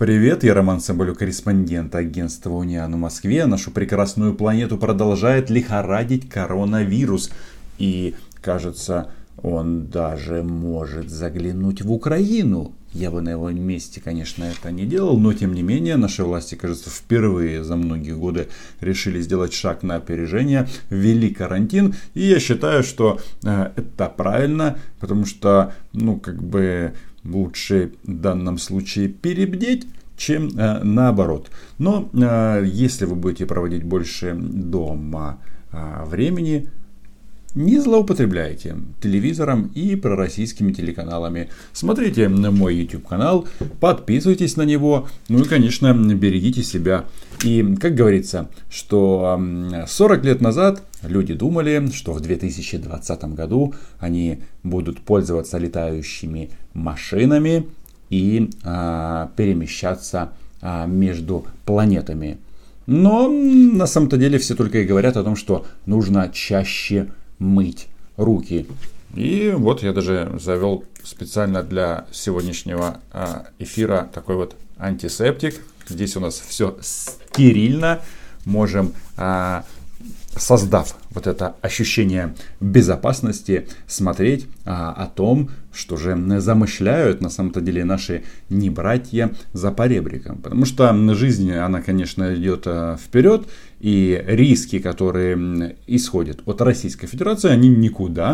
Привет, я Роман Соболев, корреспондент агентства Униан в Москве. Нашу прекрасную планету продолжает лихорадить коронавирус. И, кажется, он даже может заглянуть в Украину. Я бы на его месте, конечно, это не делал, но тем не менее наши власти, кажется, впервые за многие годы решили сделать шаг на опережение, ввели карантин. И я считаю, что это правильно, потому что, лучше в данном случае перебдеть, чем наоборот. Но если вы будете проводить больше дома времени, не злоупотребляйте телевизором и пророссийскими телеканалами. Смотрите мой YouTube канал, подписывайтесь на него, ну и, конечно, берегите себя. И, как говорится, что 40 лет назад люди думали, что в 2020 году они будут пользоваться летающими машинами и перемещаться между планетами. Но на самом-то деле все только и говорят о том, что нужно чаще мыть руки. И вот я даже завел специально для сегодняшнего эфира такой вот антисептик. Здесь у нас все стерильно. Можем, создав вот это ощущение безопасности, смотреть о том, что же замышляют на самом-то деле наши небратья за поребриком. Потому что жизнь, она, конечно, идет вперед, и риски, которые исходят от Российской Федерации, они никуда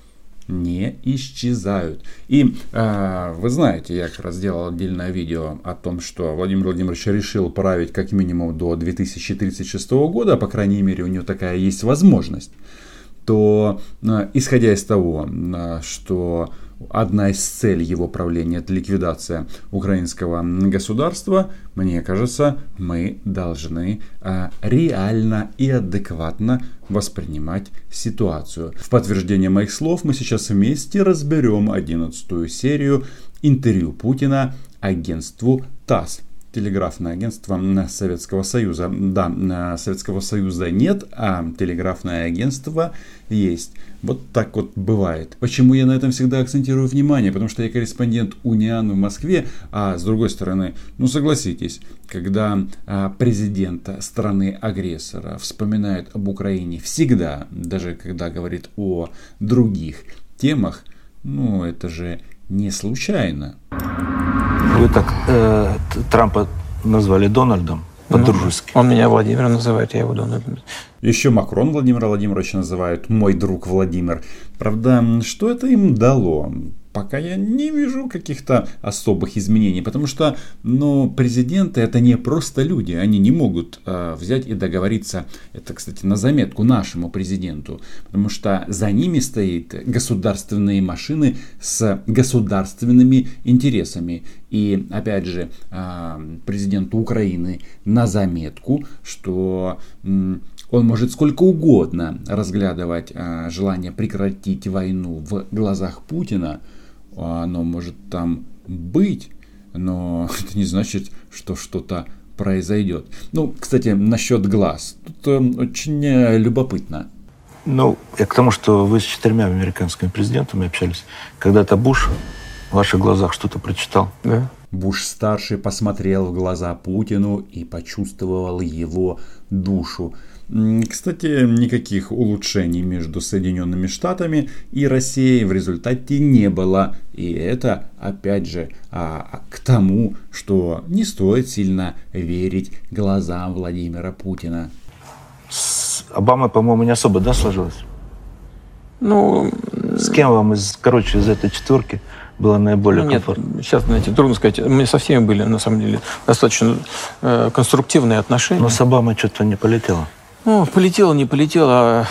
не исчезают. И вы знаете, я как раз сделал отдельное видео о том, что Владимир Владимирович решил править как минимум до 2036 года, по крайней мере у него такая есть возможность, то исходя из того, что одна из целей его правления — это ликвидация украинского государства, мне кажется, мы должны реально и адекватно воспринимать ситуацию. В подтверждение моих слов мы сейчас вместе разберем 11-ю серию интервью Путина агентству ТАСС. Телеграфное агентство Советского Союза. Да, Советского Союза нет, а телеграфное агентство есть. Вот так вот бывает. Почему я на этом всегда акцентирую внимание? Потому что я корреспондент Униан в Москве, а с другой стороны, согласитесь, когда президент страны-агрессора вспоминает об Украине всегда, даже когда говорит о других темах, это же не случайно. Вы так Трампа назвали Дональдом по-дружески. Он меня Владимиром называет, я его Дональдом. Еще Макрон Владимира Владимировича называют «мой друг Владимир». Правда, что это им дало? Пока я не вижу каких-то особых изменений, потому что президенты — это не просто люди, они не могут взять и договориться, это, кстати, на заметку нашему президенту, потому что за ними стоят государственные машины с государственными интересами. И, опять же, президенту Украины на заметку, что он может сколько угодно разглядывать желание прекратить войну в глазах Путина. Оно может там быть, но это не значит, что что-то произойдет. Кстати, насчет глаз. Тут очень любопытно. Я к тому, что вы с 4 американскими президентами общались. Когда-то Буш в ваших глазах что-то прочитал. Да. Буш-старший посмотрел в глаза Путину и почувствовал его душу. Кстати, никаких улучшений между Соединенными Штатами и Россией в результате не было. И это, опять же, к тому, что не стоит сильно верить глазам Владимира Путина. С Обамой, по-моему, не особо, сложилось? С кем вам из этой четверки было наиболее комфортно? Нет, сейчас, трудно сказать. У меня со всеми были, на самом деле, достаточно конструктивные отношения. Но с Обамой что-то не полетело. Полетело, не полетело.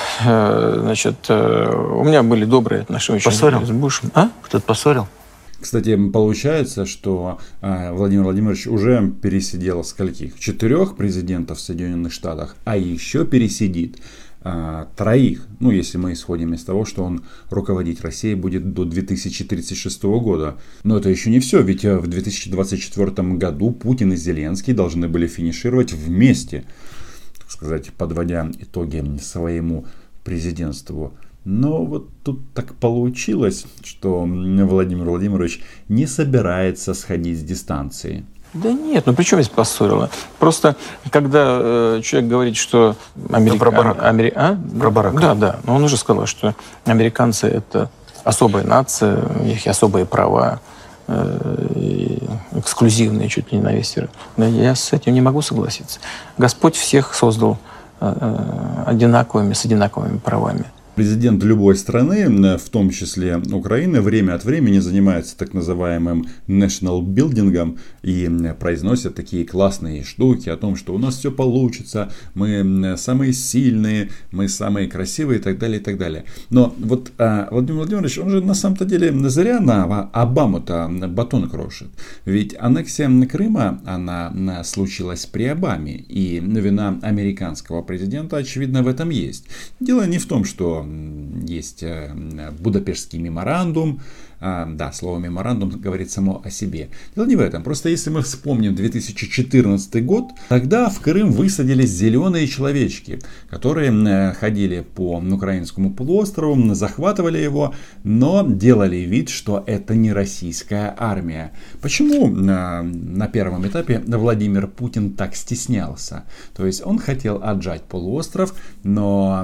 У меня были добрые отношения Поссорил? С Бушем. Кто-то поссорил? Кстати, получается, что Владимир Владимирович уже пересидел 4 президентов в Соединенных Штатах, а еще пересидит 3, если мы исходим из того, что он руководить Россией будет до 2036 года. Но это еще не все, ведь в 2024 году Путин и Зеленский должны были финишировать вместе, так сказать, подводя итоги своему президентству. Но вот тут так получилось, что Владимир Владимирович не собирается сходить с дистанции. Да нет, ну при чем здесь поссорило? Просто, когда человек говорит, что Про Барака. Про Барака. Да. Но он уже сказал, что американцы — это особая нация, у них особые права, эксклюзивные чуть ли не на весь мир. Но я с этим не могу согласиться. Господь всех создал одинаковыми, с одинаковыми правами. Президент любой страны, в том числе Украины, время от времени занимается так называемым national building и произносит такие классные штуки о том, что у нас все получится, мы самые сильные, мы самые красивые и так далее, и так далее. Но вот Владимир Владимирович, он же на самом-то деле зря на Обаму-то батон крошит. Ведь аннексия Крыма, она случилась при Обаме, и вина американского президента, очевидно, в этом есть. Дело не в том, что есть Будапештский меморандум. Да, слово меморандум говорит само о себе. Дело не в этом. Просто если мы вспомним 2014 год, тогда в Крым высадились зеленые человечки, которые ходили по украинскому полуострову, захватывали его, но делали вид, что это не российская армия. Почему на первом этапе Владимир Путин так стеснялся? То есть он хотел отжать полуостров, но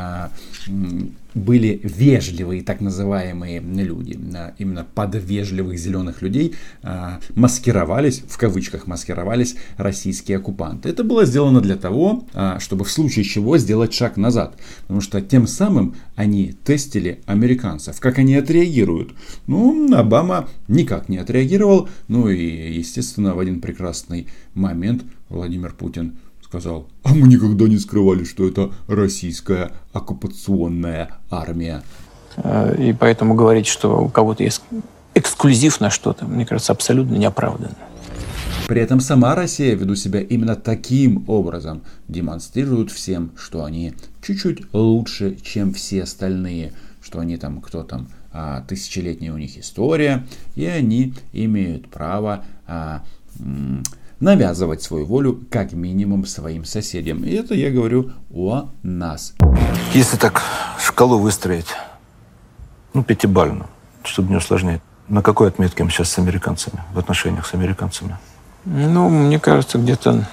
были вежливые так называемые люди. Именно под вежливых зеленых людей маскировались, в кавычках маскировались, российские оккупанты. Это было сделано для того, чтобы в случае чего сделать шаг назад. Потому что тем самым они тестили американцев, как они отреагируют. Ну, Обама никак не отреагировал. Ну и, естественно, в один прекрасный момент Владимир Путин сказал: а мы никогда не скрывали, что это российская оккупационная армия. И поэтому говорить, что у кого-то есть эксклюзив на что-то, мне кажется, абсолютно неоправданно. При этом сама Россия, ввиду себя именно таким образом, демонстрирует всем, что они чуть-чуть лучше, чем все остальные. Что они там, кто там, тысячелетняя у них история, и они имеют право навязывать свою волю как минимум своим соседям. И это я говорю о нас. Если так шкалу выстроить, пятибалльную, чтобы не усложнять, на какой отметке мы сейчас с американцами, в отношениях с американцами? Мне кажется, где-то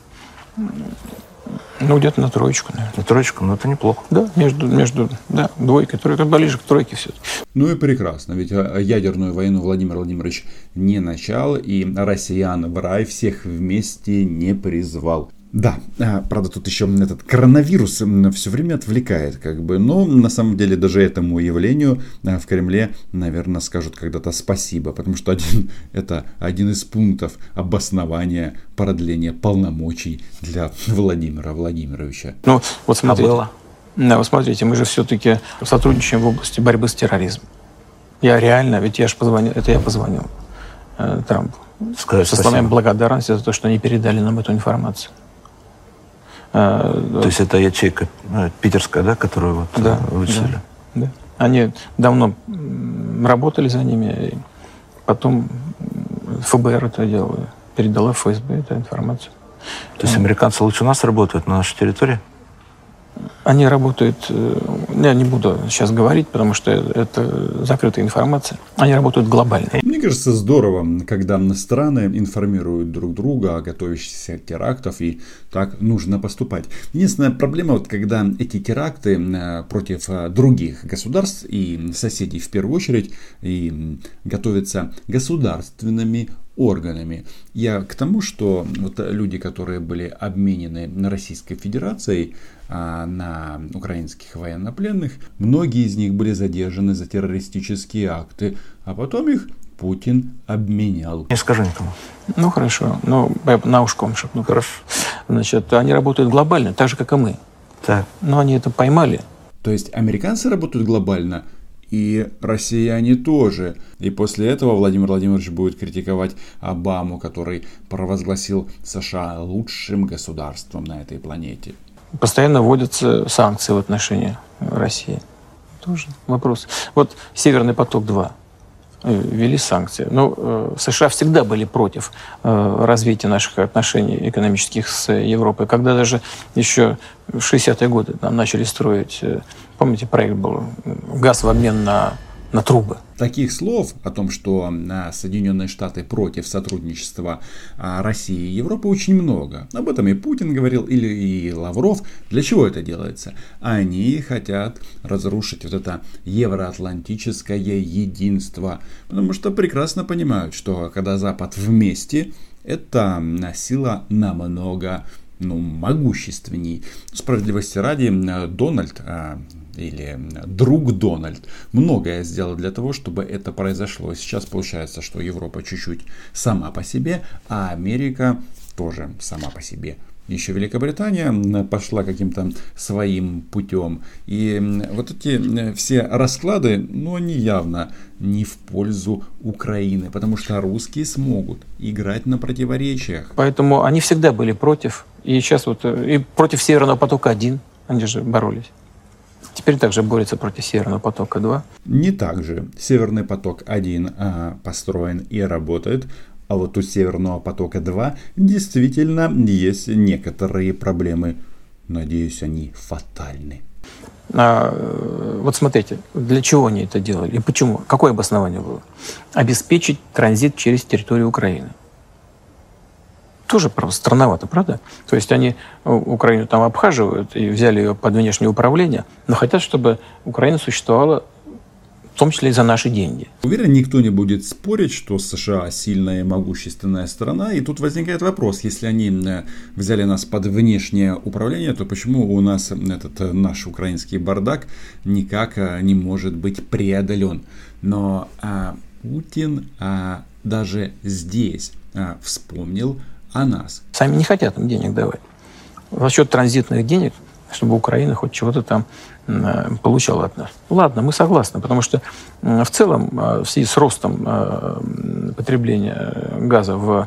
где-то на троечку, наверное. На троечку, но это неплохо. Да, между двойкой, тройкой, ближе к тройке все-таки. Ну и прекрасно, ведь ядерную войну Владимир Владимирович не начал, и россиян в рай всех вместе не призвал. Да, правда, тут еще этот коронавирус все время отвлекает, но на самом деле даже этому явлению в Кремле, наверное, скажут когда-то спасибо, потому что это один из пунктов обоснования продления полномочий для Владимира Владимировича. Вот смотрите. Вот смотрите, мы же все-таки сотрудничаем в области борьбы с терроризмом. Я реально, ведь я позвонил Трампу. С основной благодарностью за то, что они передали нам эту информацию. То есть это ячейка питерская, да, которую вычислили? Да. Они давно работали за ними, и потом ФБР это дело передала ФСБ эту информацию. То есть американцы лучше нас работают на нашей территории? Они работают, я не буду сейчас говорить, потому что это закрытая информация, они работают глобально. Мне кажется, здорово, когда страны информируют друг друга о готовящихся терактах, и так нужно поступать. Единственная проблема, когда эти теракты против других государств и соседей в первую очередь и готовятся государственными органами. Я к тому, что люди, которые были обменены Российской Федерацией на украинских военнопленных, многие из них были задержаны за террористические акты, а потом их Путин обменял. Не скажи никому. Хорошо, на ушком шепну. Хорошо. Значит, они работают глобально, так же, как и мы. Так. Но они это поймали. То есть американцы работают глобально, и россияне тоже. И после этого Владимир Владимирович будет критиковать Обаму, который провозгласил США лучшим государством на этой планете. Постоянно вводятся санкции в отношении России. Тоже вопрос. Вот «Северный поток-2». Ввели санкции. США всегда были против развития наших отношений экономических с Европой. Когда даже еще в 60-е годы нам начали строить, помните, проект был «Газ в обмен на на трубы. Таких слов о том, что Соединенные Штаты против сотрудничества России и Европы, очень много. Об этом и Путин говорил, и Лавров. Для чего это делается? Они хотят разрушить вот это евроатлантическое единство. Потому что прекрасно понимают, что когда Запад вместе, это сила намного могущественней. Справедливости ради, Дональд или друг Дональд многое сделал для того, чтобы это произошло. Сейчас получается, что Европа чуть-чуть сама по себе, а Америка тоже сама по себе. Еще Великобритания пошла каким-то своим путем. И вот эти все расклады, они явно не в пользу Украины, потому что русские смогут играть на противоречиях. Поэтому они всегда были против. И сейчас и против Северного потока-1 они же боролись. Теперь также борется против Северного потока-2. Не так же. Северный поток-1 построен и работает. А вот у Северного потока-2 действительно есть некоторые проблемы. Надеюсь, они фатальны. Вот смотрите, для чего они это делали и почему? Какое обоснование было? Обеспечить транзит через территорию Украины. Тоже странновато, правда? То есть они Украину там обхаживают и взяли ее под внешнее управление, но хотят, чтобы Украина существовала в том числе и за наши деньги. Уверен, никто не будет спорить, что США сильная и могущественная страна. И тут возникает вопрос, если они взяли нас под внешнее управление, то почему у нас этот наш украинский бардак никак не может быть преодолен? Но Путин даже здесь вспомнил о нас. Сами не хотят им денег давать. За счет транзитных денег, чтобы Украина хоть чего-то там получала от нас. Ладно, мы согласны, потому что в целом в связи с ростом потребления газа в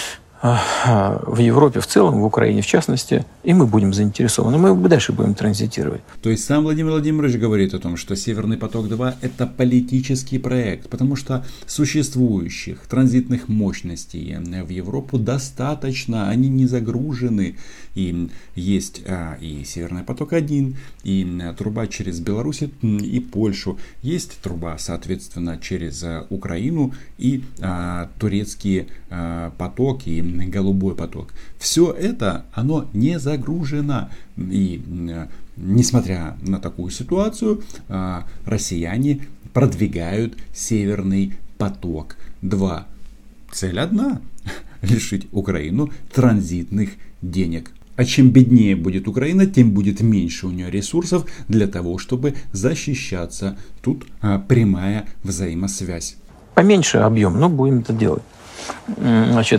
Европе в целом, в Украине в частности, и мы будем заинтересованы, мы дальше будем транзитировать. То есть сам Владимир Владимирович говорит о том, что Северный поток-2 это политический проект, потому что существующих транзитных мощностей в Европу достаточно, они не загружены. И есть и Северный поток-1, и труба через Беларусь и Польшу, есть труба, соответственно, через Украину и турецкий поток и голубой поток. Все это, оно не загружено. И несмотря на такую ситуацию, россияне продвигают Северный поток-2. Цель одна – лишить Украину транзитных денег. А чем беднее будет Украина, тем будет меньше у нее ресурсов для того, чтобы защищаться. Тут прямая взаимосвязь. Поменьше объем, но будем это делать. Значит,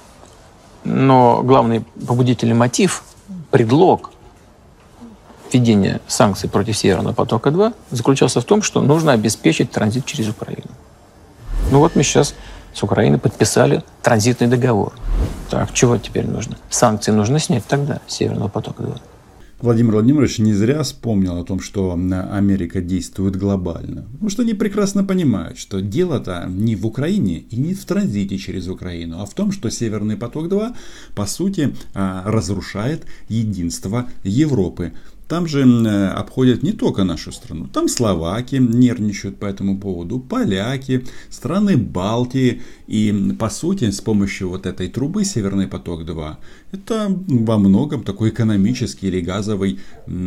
но главный побудительный мотив, предлог введения санкций против Северного потока-2 заключался в том, что нужно обеспечить транзит через Украину. Вот мы сейчас с Украиной подписали транзитный договор. Так, чего теперь нужно? Санкции нужно снять тогда, Северного потока-2. Владимир Владимирович не зря вспомнил о том, что Америка действует глобально. Потому что они прекрасно понимают, что дело-то не в Украине и не в транзите через Украину, а в том, что Северный поток-2 по сути разрушает единство Европы. Там же обходят не только нашу страну. Там словаки нервничают по этому поводу, поляки, страны Балтии. И по сути с помощью вот этой трубы Северный поток-2 это во многом такой экономический или газовый,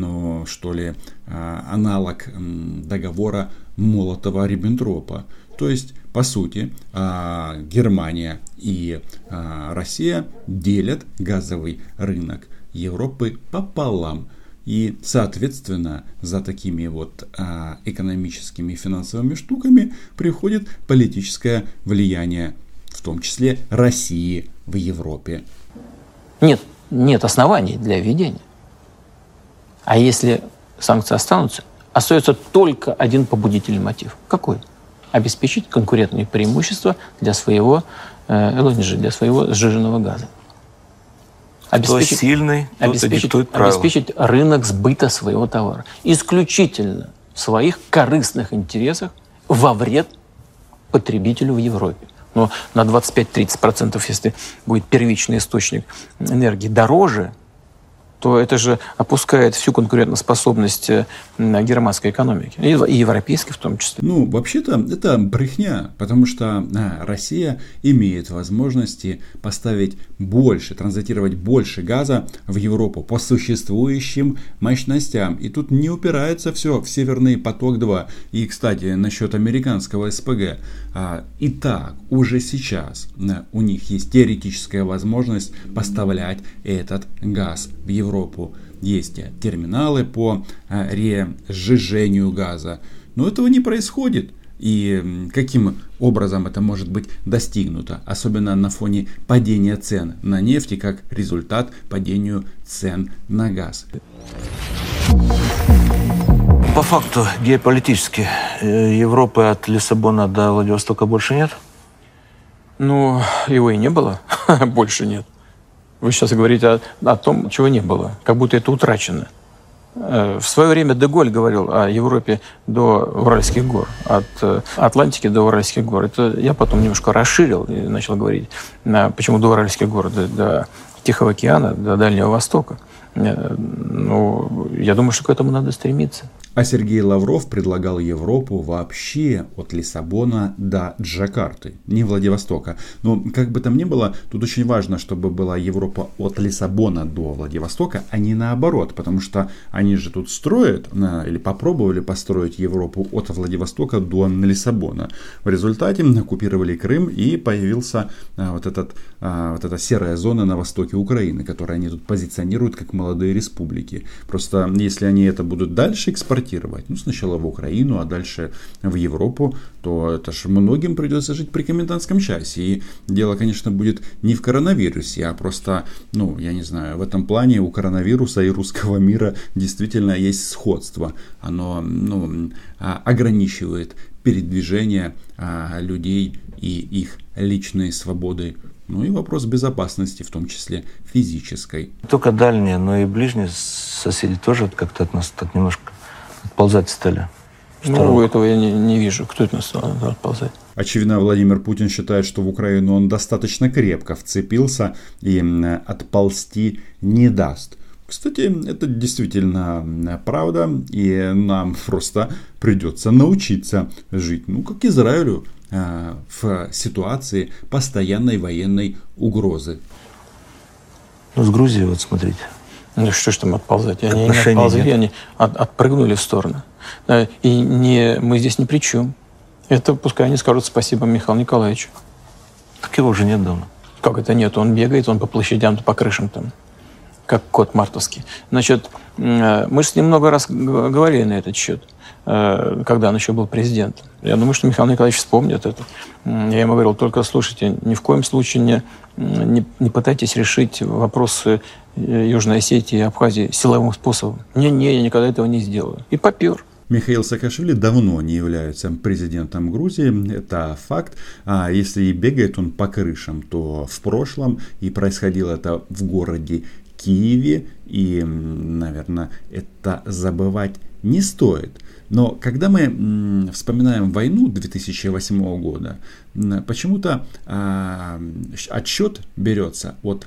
аналог договора Молотова-Риббентропа. То есть, по сути, Германия и Россия делят газовый рынок Европы пополам. И, соответственно, за такими экономическими и финансовыми штуками приходит политическое влияние, в том числе России в Европе. Нет оснований для введения. А если санкции останутся, остается только один побудительный мотив. Какой? Обеспечить конкурентные преимущества для своего ЛНЖ, для своего сжиженного газа. Кто сильный, тот и диктует правила. Обеспечить рынок сбыта своего товара. Исключительно в своих корыстных интересах во вред потребителю в Европе. Но на 25-30%, если будет первичный источник энергии дороже, то это же опускает всю конкурентоспособность германской экономики, и европейской в том числе. Ну, вообще-то, это брехня, потому что Россия имеет возможности поставить больше, транзитировать больше газа в Европу по существующим мощностям. И тут не упирается все в Северный поток-2. И, кстати, насчет американского СПГ. Итак, уже сейчас у них есть теоретическая возможность поставлять этот газ в Европу. Есть терминалы по разжижению газа. Но этого не происходит. И каким образом это может быть достигнуто, особенно на фоне падения цен на нефть и как результат падению цен на газ. По факту, геополитически, Европы от Лиссабона до Владивостока больше нет? Ну, его и не было, больше нет. Вы сейчас говорите о том, чего не было, как будто это утрачено. В свое время Де-Голь говорил о Европе до Уральских гор, от Атлантики до Уральских гор. Это я потом немножко расширил и начал говорить, почему до Уральских гор, до Тихого океана, до Дальнего Востока. Ну, я думаю, что к этому надо стремиться. А Сергей Лавров предлагал Европу вообще от Лиссабона до Джакарты, не Владивостока. Но как бы там ни было, тут очень важно, чтобы была Европа от Лиссабона до Владивостока, а не наоборот. Потому что они же тут строят, или попробовали построить Европу от Владивостока до Лиссабона. В результате оккупировали Крым, и появился вот эта серая зона на востоке Украины, которую они тут позиционируют как молодые республики. Просто если они это будут дальше экспортировать, ну, сначала в Украину, а дальше в Европу, то это же многим придется жить при комендантском часе. И дело, конечно, будет не в коронавирусе, а просто, ну, я не знаю, в этом плане у коронавируса и русского мира действительно есть сходство. Оно, ну, ограничивает передвижение людей и их личные свободы. Ну и вопрос безопасности, в том числе физической. Не только дальние, но и ближние соседи тоже как-то от нас так немножко отползать стали. Ну, этого я не вижу. Кто это нас стал отползать? Очевидно, Владимир Путин считает, что в Украину он достаточно крепко вцепился и отползти не даст. Кстати, это действительно правда, и нам просто придется научиться жить, ну, как Израилю, в ситуации постоянной военной угрозы. Ну, с Грузией вот смотрите. Ну что ж там отползать? Они не отползли, они отпрыгнули в сторону. И мы здесь ни при чем. Это пускай они скажут спасибо Михаилу Николаевичу. Так его уже нет давно. Как это нет? Он бегает, он по площадям, по крышам там, как кот мартовский. Значит, мы же с ним много раз говорили на этот счет, когда он еще был президентом. Я думаю, что Михаил Николаевич вспомнит это. Я ему говорил, только слушайте, ни в коем случае не пытайтесь решить вопросы Южной Осетии и Абхазии силовым способом. Я никогда этого не сделаю. И попер. Михаил Саакашвили давно не является президентом Грузии, это факт. А если и бегает он по крышам, то в прошлом, и происходило это в городе Киеве, и, наверное, это забывать не стоит. Но когда мы вспоминаем войну 2008 года, почему-то отсчет берется от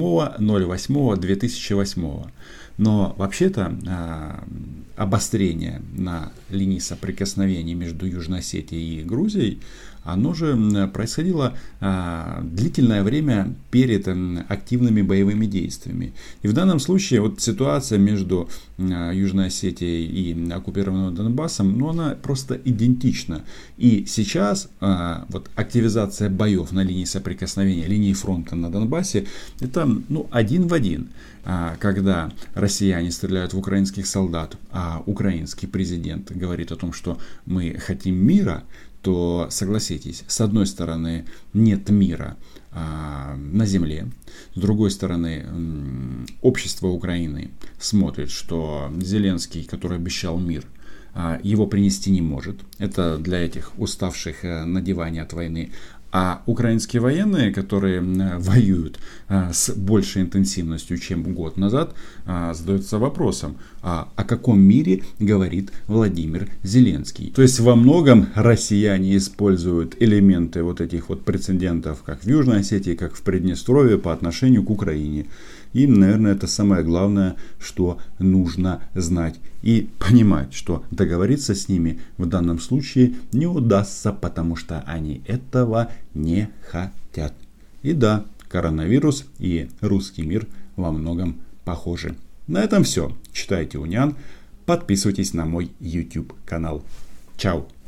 8.08.2008. Но вообще-то обострение на линии соприкосновения между Южной Осетией и Грузией, оно же происходило длительное время перед активными боевыми действиями. И в данном случае вот ситуация между Южной Осетией и оккупированным Донбассом, ну, она просто идентична. И сейчас вот активизация боев на линии соприкосновения, линии фронта на Донбассе, это, ну, один в один. Когда россияне стреляют в украинских солдат, а украинский президент говорит о том, что мы хотим мира, то согласитесь, с одной стороны нет мира на земле, с другой стороны общество Украины смотрит, что Зеленский, который обещал мир, его принести не может. Это для этих уставших на диване от войны. А украинские военные, которые воюют с большей интенсивностью, чем год назад, задаются вопросом, о каком мире говорит Владимир Зеленский. То есть во многом россияне используют элементы вот этих вот прецедентов, как в Южной Осетии, как в Приднестровье, по отношению к Украине. И, наверное, это самое главное, что нужно знать. И понимать, что договориться с ними в данном случае не удастся, потому что они этого не хотят. И да, коронавирус и русский мир во многом похожи. На этом все. Читайте Униан. Подписывайтесь на мой YouTube канал. Чао!